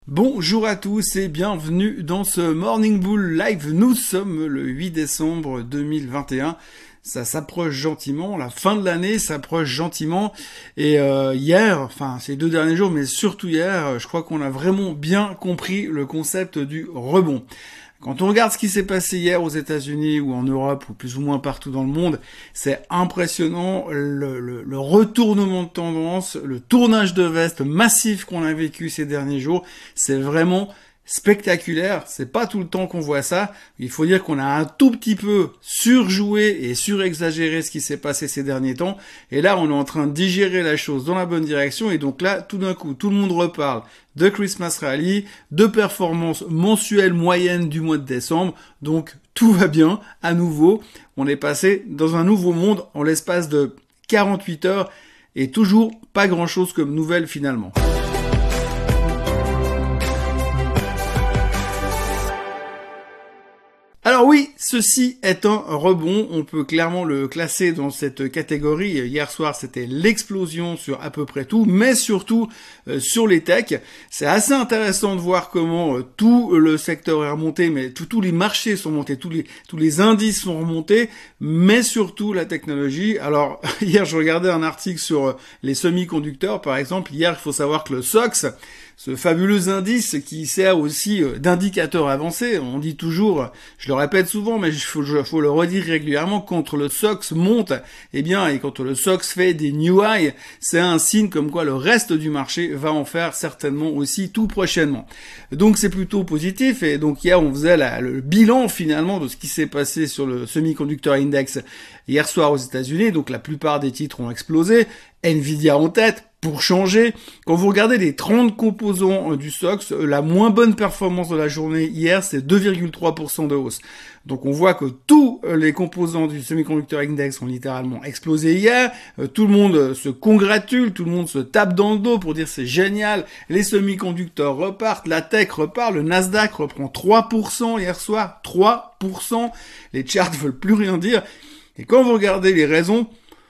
Bonjour à tous et bienvenue dans ce Morning Bull Live. Nous sommes le 8 décembre 2021. Ça s'approche gentiment, la fin de l'année s'approche gentiment. Et hier, enfin ces 2 derniers jours, mais surtout hier, je crois qu'on a vraiment bien compris le concept du rebond. Quand on regarde ce qui s'est passé hier aux États-Unis ou en Europe ou plus ou moins partout dans le monde, c'est impressionnant le retournement de tendance, le tournage de veste massif qu'on a vécu ces derniers jours. C'est vraiment spectaculaire. C'est pas tout le temps qu'on voit ça. Il faut dire qu'on a un tout petit peu surjoué et surexagéré ce qui s'est passé ces derniers temps. Et là, on est en train de digérer la chose dans la bonne direction. Et donc là, tout d'un coup, tout le monde reparle de Christmas Rally, de performance mensuelle moyenne du mois de décembre. Donc, tout va bien. À nouveau, on est passé dans un nouveau monde en l'espace de 48 heures et toujours pas grand chose comme nouvelle finalement. Alors oui, ceci est un rebond, on peut clairement le classer dans cette catégorie. Hier soir, c'était l'explosion sur à peu près tout, mais surtout sur les techs. C'est assez intéressant de voir comment tout le secteur est remonté, mais tous les marchés sont montés, tous les indices sont remontés, mais surtout la technologie. Alors hier, je regardais un article sur les semi-conducteurs, par exemple. Hier, il faut savoir que le SOX, ce fabuleux indice qui sert aussi d'indicateur avancé, on dit toujours, je le répète souvent, mais il faut le redire régulièrement, quand le SOX monte, et quand le SOX fait des new highs, c'est un signe comme quoi le reste du marché va en faire certainement aussi tout prochainement. Donc c'est plutôt positif, et donc hier on faisait le bilan finalement de ce qui s'est passé sur le semi-conductor index hier soir aux États-Unis. Donc la plupart des titres ont explosé, Nvidia en tête. Pour changer, quand vous regardez les 30 composants du SOX, la moins bonne performance de la journée hier, c'est 2,3% de hausse. Donc on voit que tous les composants du semi-conductor index ont littéralement explosé hier. Tout le monde se congratule, tout le monde se tape dans le dos pour dire c'est génial. Les semi-conducteurs repartent, la tech repart, le Nasdaq reprend 3% hier soir, 3%. Les charts veulent plus rien dire. Et quand vous regardez les raisons,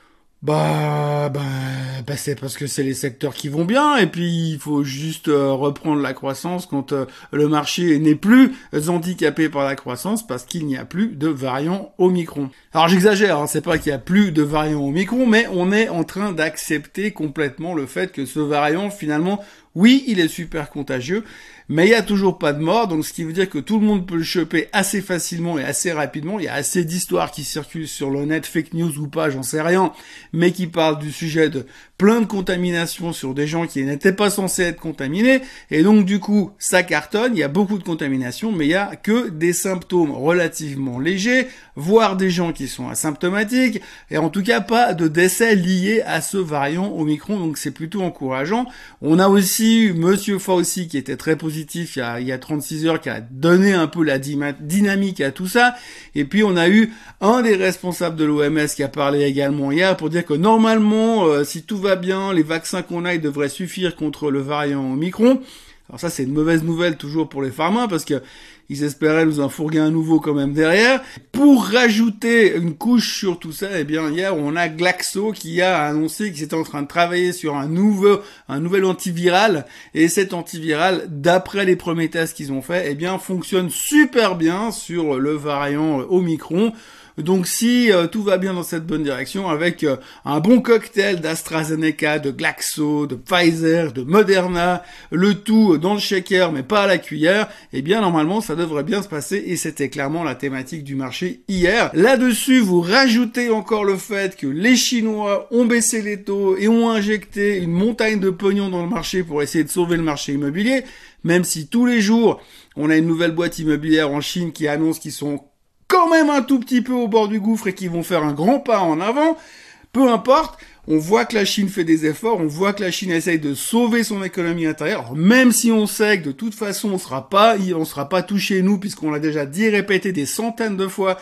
c'est parce que c'est les secteurs qui vont bien, et puis il faut juste reprendre la croissance quand le marché n'est plus handicapé par la croissance parce qu'il n'y a plus de variants Omicron. Alors j'exagère, c'est pas qu'il y a plus de variants Omicron, mais on est en train d'accepter complètement le fait que ce variant finalement, oui, il est super contagieux, mais il y a toujours pas de mort, donc ce qui veut dire que tout le monde peut le choper assez facilement et assez rapidement. Il y a assez d'histoires qui circulent sur le net, fake news ou pas, j'en sais rien, mais qui parlent du sujet de plein de contaminations sur des gens qui n'étaient pas censés être contaminés, et donc du coup, ça cartonne, il y a beaucoup de contaminations, mais il y a que des symptômes relativement légers, voire des gens qui sont asymptomatiques, et en tout cas pas de décès liés à ce variant Omicron, donc c'est plutôt encourageant. On a aussi eu Monsieur Fauci qui était très positif il y a 36 heures, qui a donné un peu la dynamique à tout ça, et puis on a eu un des responsables de l'OMS qui a parlé également hier pour dire que normalement, si tout va bien, les vaccins qu'on a, ils devraient suffire contre le variant Omicron. Alors ça, c'est une mauvaise nouvelle toujours pour les pharma, parce que ils espéraient nous en fourguer un nouveau quand même derrière. Pour rajouter une couche sur tout ça, hier, on a Glaxo qui a annoncé qu'ils étaient en train de travailler sur un nouvel antiviral. Et cet antiviral, d'après les premiers tests qu'ils ont fait, fonctionne super bien sur le variant Omicron. Donc si tout va bien dans cette bonne direction, avec un bon cocktail d'AstraZeneca, de Glaxo, de Pfizer, de Moderna, le tout dans le shaker mais pas à la cuillère, normalement ça devrait bien se passer, et c'était clairement la thématique du marché hier. Là-dessus, vous rajoutez encore le fait que les Chinois ont baissé les taux et ont injecté une montagne de pognon dans le marché pour essayer de sauver le marché immobilier, même si tous les jours on a une nouvelle boîte immobilière en Chine qui annonce qu'ils sont quand même un tout petit peu au bord du gouffre et qui vont faire un grand pas en avant. Peu importe, on voit que la Chine fait des efforts, on voit que la Chine essaye de sauver son économie intérieure. Alors, même si on sait que de toute façon on sera pas touché nous, puisqu'on l'a déjà dit et répété des centaines de fois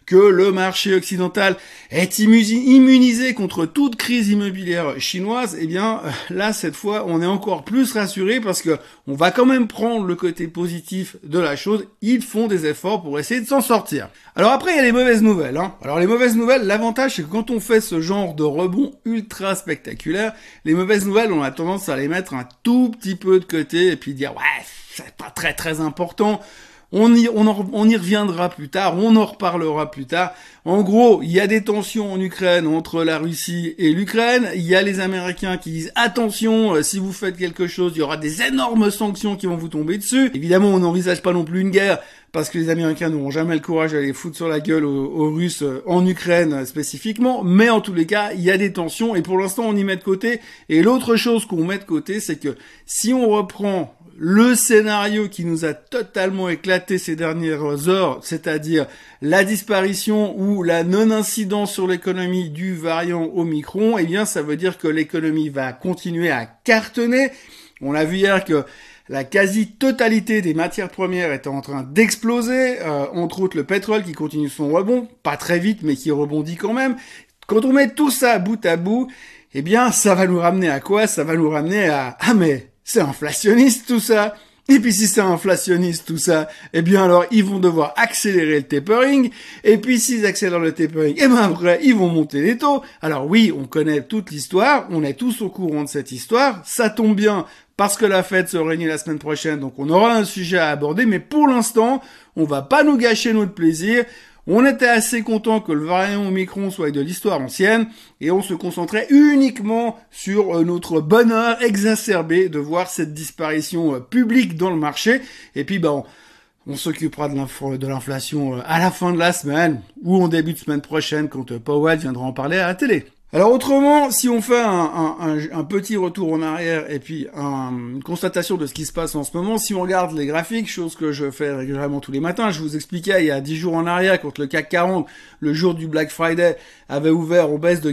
que le marché occidental est immunisé contre toute crise immobilière chinoise, eh bien là cette fois on est encore plus rassuré parce que on va quand même prendre le côté positif de la chose. Ils font des efforts pour essayer de s'en sortir. Alors après il y a les mauvaises nouvelles. Alors les mauvaises nouvelles, l'avantage c'est que quand on fait ce genre de rebond ultra spectaculaire, les mauvaises nouvelles on a tendance à les mettre un tout petit peu de côté et puis dire ouais c'est pas très très important. On y reviendra plus tard, on en reparlera plus tard. En gros, il y a des tensions en Ukraine entre la Russie et l'Ukraine. Il y a les Américains qui disent attention, si vous faites quelque chose, il y aura des énormes sanctions qui vont vous tomber dessus. Évidemment, on n'envisage pas non plus une guerre parce que les Américains n'auront jamais le courage d'aller foutre sur la gueule aux Russes en Ukraine spécifiquement. Mais en tous les cas, il y a des tensions et pour l'instant, on y met de côté. Et l'autre chose qu'on met de côté, c'est que si on reprend le scénario qui nous a totalement éclaté ces dernières heures, c'est-à-dire la disparition ou la non-incidence sur l'économie du variant Omicron, eh bien ça veut dire que l'économie va continuer à cartonner. On a vu hier que la quasi-totalité des matières premières était en train d'exploser, entre autres le pétrole qui continue son rebond, pas très vite mais qui rebondit quand même. Quand on met tout ça bout à bout, eh bien ça va nous ramener à quoi? Ça va nous ramener à « Ah mais c'est inflationniste tout ça !» Et puis si c'est inflationniste tout ça, eh bien alors ils vont devoir accélérer le tapering. Et puis s'ils accélèrent le tapering, eh ben après ils vont monter les taux. Alors oui, on connaît toute l'histoire, on est tous au courant de cette histoire. Ça tombe bien parce que la Fed se réunit la semaine prochaine, donc on aura un sujet à aborder. Mais pour l'instant, on va pas nous gâcher notre plaisir. On était assez content que le variant Omicron soit de l'histoire ancienne et on se concentrait uniquement sur notre bonheur exacerbé de voir cette disparition publique dans le marché. Et puis on s'occupera de l'inflation à la fin de la semaine ou en début de semaine prochaine quand Powell viendra en parler à la télé. Alors autrement, si on fait un petit retour en arrière et puis une constatation de ce qui se passe en ce moment, si on regarde les graphiques, chose que je fais régulièrement tous les matins, je vous expliquais il y a 10 jours en arrière quand le CAC 40, le jour du Black Friday, avait ouvert en baisse de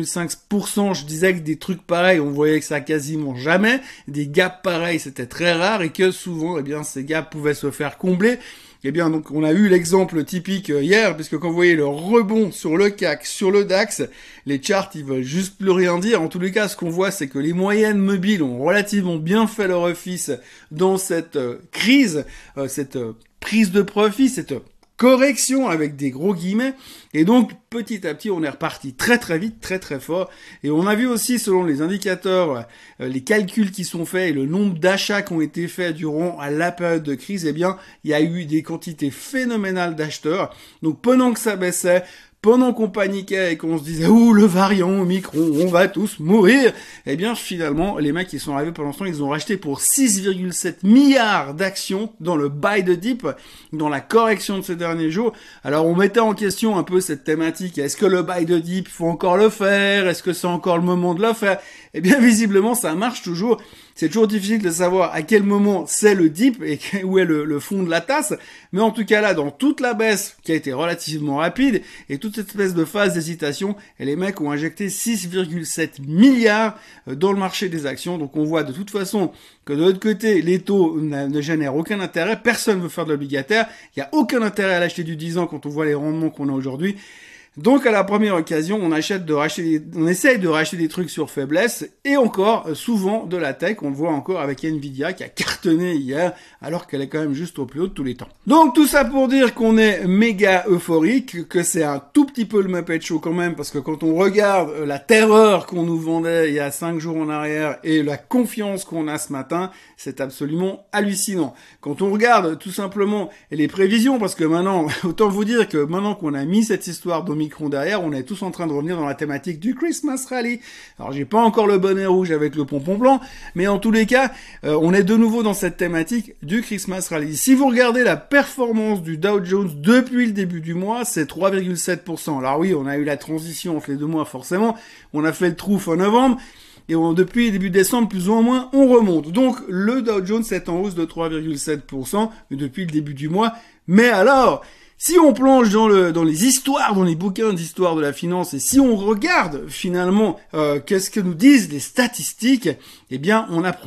4,5%, je disais que des trucs pareils, on voyait que ça quasiment jamais, des gaps pareils c'était très rare et que souvent, eh bien, ces gaps pouvaient se faire combler. Eh bien, donc, on a eu l'exemple typique hier, puisque quand vous voyez le rebond sur le CAC, sur le DAX, les charts, ils veulent juste plus rien dire. En tous les cas, ce qu'on voit, c'est que les moyennes mobiles ont relativement bien fait leur office dans cette crise, cette prise de profit, cette correction avec des gros guillemets, et donc petit à petit on est reparti très très vite, très très fort, et on a vu aussi selon les indicateurs, les calculs qui sont faits et le nombre d'achats qui ont été faits durant la période de crise, eh bien il y a eu des quantités phénoménales d'acheteurs, donc pendant que ça baissait, pendant qu'on paniquait et qu'on se disait « Ouh, le variant Omicron, on va tous mourir !» Eh bien, finalement, les mecs qui sont arrivés pendant ce temps, ils ont racheté pour 6,7 milliards d'actions dans le buy the dip, dans la correction de ces derniers jours. Alors, on mettait en question un peu cette thématique. Est-ce que le buy the dip, il faut encore le faire? Est-ce que c'est encore le moment de le faire? Eh bien, visiblement, ça marche toujours. C'est toujours difficile de savoir à quel moment c'est le dip et où est le fond de la tasse. Mais en tout cas là, dans toute la baisse qui a été relativement rapide et toute cette espèce de phase d'hésitation, et les mecs ont injecté 6,7 milliards dans le marché des actions. Donc on voit de toute façon que de l'autre côté, les taux ne génèrent aucun intérêt. Personne ne veut faire de l'obligataire. Il n'y a aucun intérêt à l'acheter du 10 ans quand on voit les rendements qu'on a aujourd'hui. Donc à la première occasion, on essaye de racheter des trucs sur faiblesse et encore souvent de la tech. On le voit encore avec Nvidia qui a cartonné hier alors qu'elle est quand même juste au plus haut de tous les temps. Donc tout ça pour dire qu'on est méga euphorique, que c'est un tout petit peu le Muppet Show quand même, parce que quand on regarde la terreur qu'on nous vendait il y a 5 jours en arrière et la confiance qu'on a ce matin, c'est absolument hallucinant. Quand on regarde tout simplement les prévisions, parce que maintenant, autant vous dire que maintenant qu'on a mis cette histoire d'Omicron derrière, on est tous en train de revenir dans la thématique du Christmas Rally. Alors j'ai pas encore le bonnet rouge avec le pompon blanc, mais en tous les cas, on est de nouveau dans cette thématique du Christmas Rally. Si vous regardez la performance du Dow Jones depuis le début du mois, c'est 3,7%. Alors oui, on a eu la transition entre les 2 mois forcément, on a fait le trou fin novembre, et depuis début décembre, plus ou moins, on remonte. Donc, le Dow Jones est en hausse de 3,7% depuis le début du mois. Mais alors, si on plonge dans les histoires, dans les bouquins d'histoire de la finance, et si on regarde finalement qu'est-ce que nous disent les statistiques, eh bien, on apprend quoi ?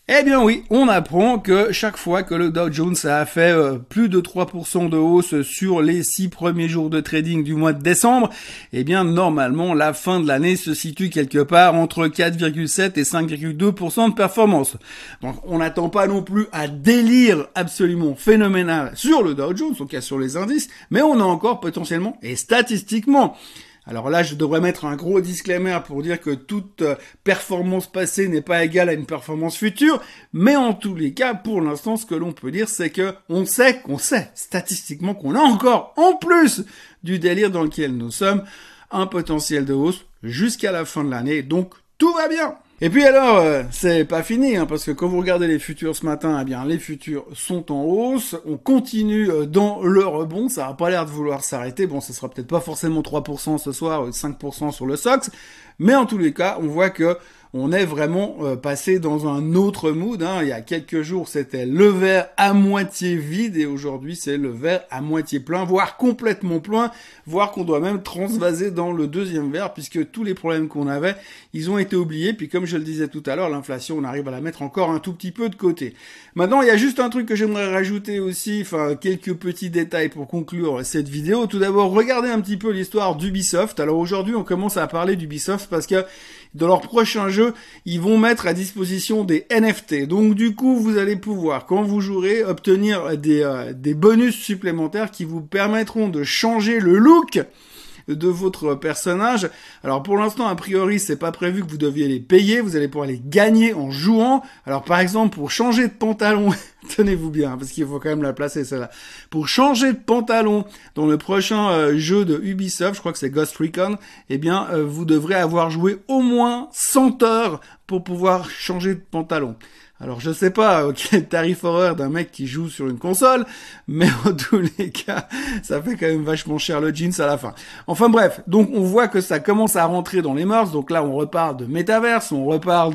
Eh bien oui, on apprend que chaque fois que le Dow Jones a fait plus de 3% de hausse sur les 6 premiers jours de trading du mois de décembre, eh bien normalement la fin de l'année se situe quelque part entre 4,7 et 5,2% de performance. Donc on n'attend pas non plus un délire absolument phénoménal sur le Dow Jones, en tout cas sur les indices, mais on a encore potentiellement, et statistiquement, alors là, je devrais mettre un gros disclaimer pour dire que toute performance passée n'est pas égale à une performance future, mais en tous les cas, pour l'instant, ce que l'on peut dire, c'est que on sait statistiquement qu'on a encore, en plus du délire dans lequel nous sommes, un potentiel de hausse jusqu'à la fin de l'année, donc tout va bien. Et puis alors, c'est pas fini, parce que quand vous regardez les futurs ce matin, eh bien les futurs sont en hausse, on continue dans le rebond, ça a pas l'air de vouloir s'arrêter, bon ça sera peut-être pas forcément 3% ce soir, 5% sur le SOX, mais en tous les cas, on voit que on est vraiment passé dans un autre mood. Il y a quelques jours, c'était le verre à moitié vide et aujourd'hui, c'est le verre à moitié plein, voire complètement plein, voire qu'on doit même transvaser dans le deuxième verre puisque tous les problèmes qu'on avait, ils ont été oubliés. Puis comme je le disais tout à l'heure, l'inflation, on arrive à la mettre encore un tout petit peu de côté. Maintenant, il y a juste un truc que j'aimerais rajouter aussi, quelques petits détails pour conclure cette vidéo. Tout d'abord, regardez un petit peu l'histoire d'Ubisoft. Alors aujourd'hui, on commence à parler d'Ubisoft parce que dans leur prochain jeu, ils vont mettre à disposition des NFT. Donc du coup, vous allez pouvoir, quand vous jouerez, obtenir des bonus supplémentaires qui vous permettront de changer le look de votre personnage. Alors pour l'instant, a priori, c'est pas prévu que vous deviez les payer, vous allez pouvoir les gagner en jouant. Alors par exemple, pour changer de pantalon, tenez-vous bien, parce qu'il faut quand même la placer celle-là. Pour changer de pantalon dans le prochain jeu de Ubisoft, je crois que c'est Ghost Recon, eh bien vous devrez avoir joué au moins 100 heures pour pouvoir changer de pantalon. Alors je sais pas quel tarif horaire d'un mec qui joue sur une console, mais en tous les cas, ça fait quand même vachement cher le jeans à la fin. Enfin bref, donc on voit que ça commence à rentrer dans les mœurs, donc là on reparle de métaverse, on reparle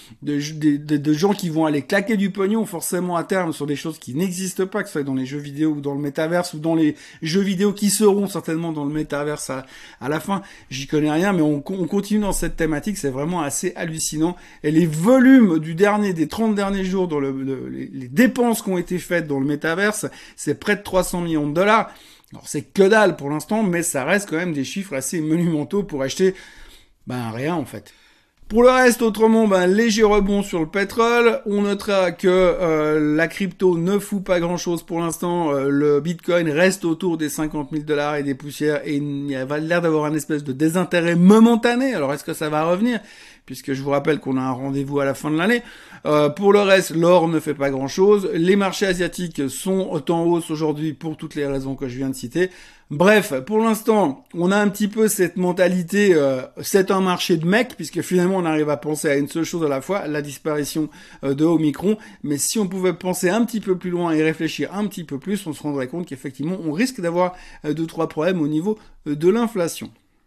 de gens qui vont aller claquer du pognon forcément à terme sur des choses qui n'existent pas, que ce soit dans les jeux vidéo ou dans le métaverse ou dans les jeux vidéo qui seront certainement dans le métaverse à la fin. J'y connais rien, mais on continue dans cette thématique, c'est vraiment assez hallucinant. Et les volumes des 30 derniers jours dans les dépenses qui ont été faites dans le métaverse, c'est près de 300 millions de dollars. Alors c'est que dalle pour l'instant, mais ça reste quand même des chiffres assez monumentaux pour acheter rien en fait. Pour le reste, autrement, léger rebond sur le pétrole. On notera que la crypto ne fout pas grand-chose pour l'instant. Le Bitcoin reste autour des 50 000 $ et des poussières et il y a l'air d'avoir un espèce de désintérêt momentané. Alors, est-ce que ça va revenir ? Puisque je vous rappelle qu'on a un rendez-vous à la fin de l'année. Pour le reste, l'or ne fait pas grand-chose. Les marchés asiatiques sont en hausse aujourd'hui pour toutes les raisons que je viens de citer. Bref, pour l'instant, on a un petit peu cette mentalité, c'est un marché de mecs, puisque finalement on arrive à penser à une seule chose à la fois, la disparition de Omicron. Mais si on pouvait penser un petit peu plus loin et réfléchir un petit peu plus, on se rendrait compte qu'effectivement on risque d'avoir 2-3 problèmes au niveau de l'inflation.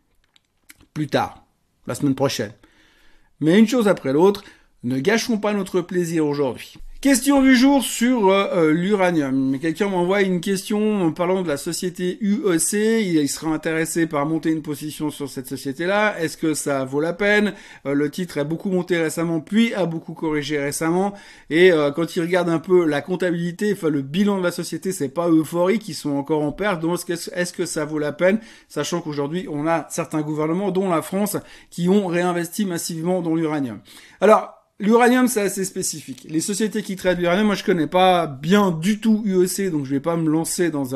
Plus tard, la semaine prochaine. Mais une chose après l'autre, ne gâchons pas notre plaisir aujourd'hui. Question du jour sur l'uranium. Quelqu'un m'envoie une question en parlant de la société UEC. Il sera intéressé par monter une position sur cette société-là. Est-ce que ça vaut la peine ? Le titre a beaucoup monté récemment, puis a beaucoup corrigé récemment. Et quand il regarde un peu la comptabilité, le bilan de la société, c'est pas euphorique. Ils sont encore en perte. Donc est-ce que ça vaut la peine ? Sachant qu'aujourd'hui, on a certains gouvernements, dont la France, qui ont réinvesti massivement dans l'uranium. Alors, l'uranium, c'est assez spécifique. Les sociétés qui traitent l'uranium, moi je connais pas bien du tout UEC, donc je vais pas me lancer dans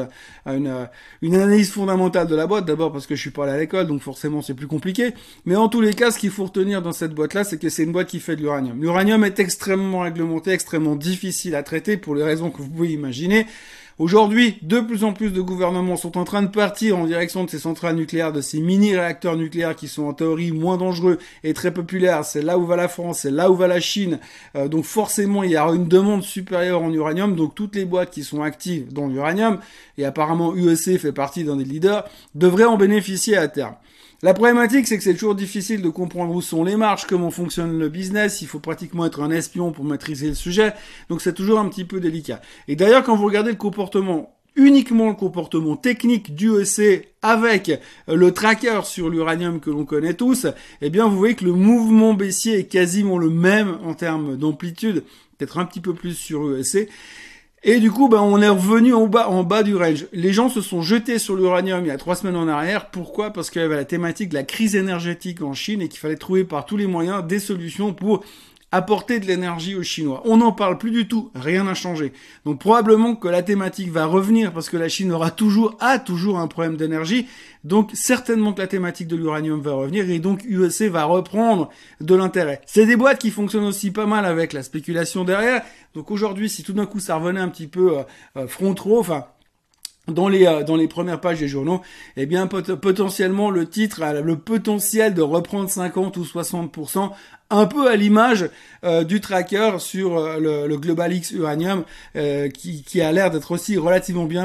une analyse fondamentale de la boîte, d'abord parce que je suis pas allé à l'école, donc forcément c'est plus compliqué. Mais en tous les cas, ce qu'il faut retenir dans cette boîte-là, c'est que c'est une boîte qui fait de l'uranium. L'uranium est extrêmement réglementé, extrêmement difficile à traiter pour les raisons que vous pouvez imaginer. Aujourd'hui, de plus en plus de gouvernements sont en train de partir en direction de ces centrales nucléaires, de ces mini-réacteurs nucléaires qui sont en théorie moins dangereux et très populaires. C'est là où va la France, c'est là où va la Chine. Donc forcément, il y aura une demande supérieure en uranium. Donc toutes les boîtes qui sont actives dans l'uranium, et apparemment UEC fait partie d'un des leaders, devraient en bénéficier à terme. La problématique, c'est que c'est toujours difficile de comprendre où sont les marges, comment fonctionne le business. Il faut pratiquement être un espion pour maîtriser le sujet. Donc c'est toujours un petit peu délicat. Et d'ailleurs, quand vous regardez le comportement, uniquement le comportement technique du EC avec le tracker sur l'uranium que l'on connaît tous, eh bien vous voyez que le mouvement baissier est quasiment le même en termes d'amplitude peut-être un petit peu plus sur USC. Et du coup, on est revenu en bas du range. Les gens se sont jetés sur l'uranium il y a 3 semaines en arrière. Pourquoi? Parce qu'il y avait la thématique de la crise énergétique en Chine et qu'il fallait trouver par tous les moyens des solutions pour apporter de l'énergie aux Chinois. On n'en parle plus du tout, rien n'a changé. Donc probablement que la thématique va revenir parce que la Chine a toujours un problème d'énergie. Donc certainement que la thématique de l'uranium va revenir et donc UEC va reprendre de l'intérêt. C'est des boîtes qui fonctionnent aussi pas mal avec la spéculation derrière. Donc aujourd'hui, si tout d'un coup ça revenait un petit peu front row, dans les premières pages des journaux, eh bien potentiellement le titre a le potentiel de reprendre 50 ou 60%, un peu à l'image du tracker sur le Global X Uranium qui a l'air d'être aussi relativement bien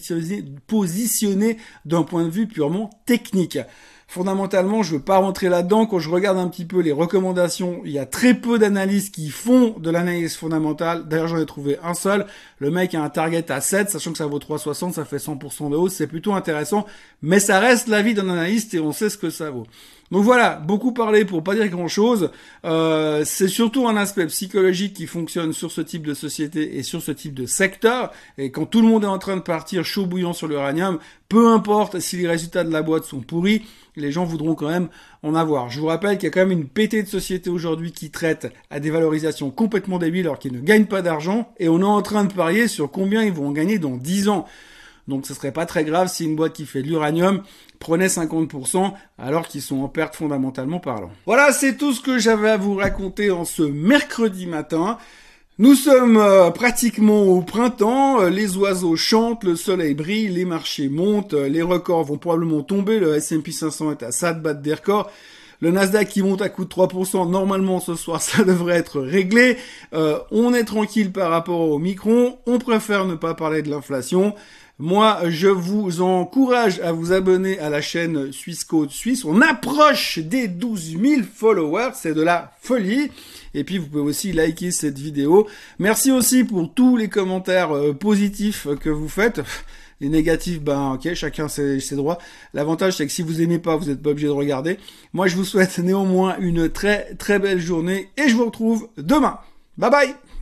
positionné d'un point de vue purement technique. Fondamentalement, je veux pas rentrer là-dedans. Quand je regarde un petit peu les recommandations, il y a très peu d'analystes qui font de l'analyse fondamentale. D'ailleurs, j'en ai trouvé un seul. Le mec a un target à 7, sachant que ça vaut 3,60, ça fait 100% de hausse. C'est plutôt intéressant. Mais ça reste l'avis d'un analyste et on sait ce que ça vaut. Donc voilà, beaucoup parlé pour pas dire grand-chose. C'est surtout un aspect psychologique qui fonctionne sur ce type de société et sur ce type de secteur. Et quand tout le monde est en train de partir chaud bouillant sur l'uranium, peu importe si les résultats de la boîte sont pourris, les gens voudront quand même en avoir. Je vous rappelle qu'il y a quand même une pétée de sociétés aujourd'hui qui traitent à des valorisations complètement débiles alors qu'ils ne gagnent pas d'argent. Et on est en train de parier sur combien ils vont en gagner dans 10 ans. Donc ce serait pas très grave si une boîte qui fait de l'uranium prenait 50% alors qu'ils sont en perte fondamentalement parlant. Voilà, c'est tout ce que j'avais à vous raconter en ce mercredi matin. Nous sommes pratiquement au printemps, les oiseaux chantent, le soleil brille, les marchés montent, les records vont probablement tomber, le S&P 500 est à ça de battre des records. Le Nasdaq qui monte à coup de 3%, normalement ce soir ça devrait être réglé. On est tranquille par rapport au Micron, on préfère ne pas parler de l'inflation. Moi, je vous encourage à vous abonner à la chaîne Suisse Code Suisse. On approche des 12 000 followers, c'est de la folie. Et puis, vous pouvez aussi liker cette vidéo. Merci aussi pour tous les commentaires positifs que vous faites. Les négatifs, ok, chacun ses droits. L'avantage, c'est que si vous aimez pas, vous n'êtes pas obligé de regarder. Moi, je vous souhaite néanmoins une très très belle journée et je vous retrouve demain. Bye bye!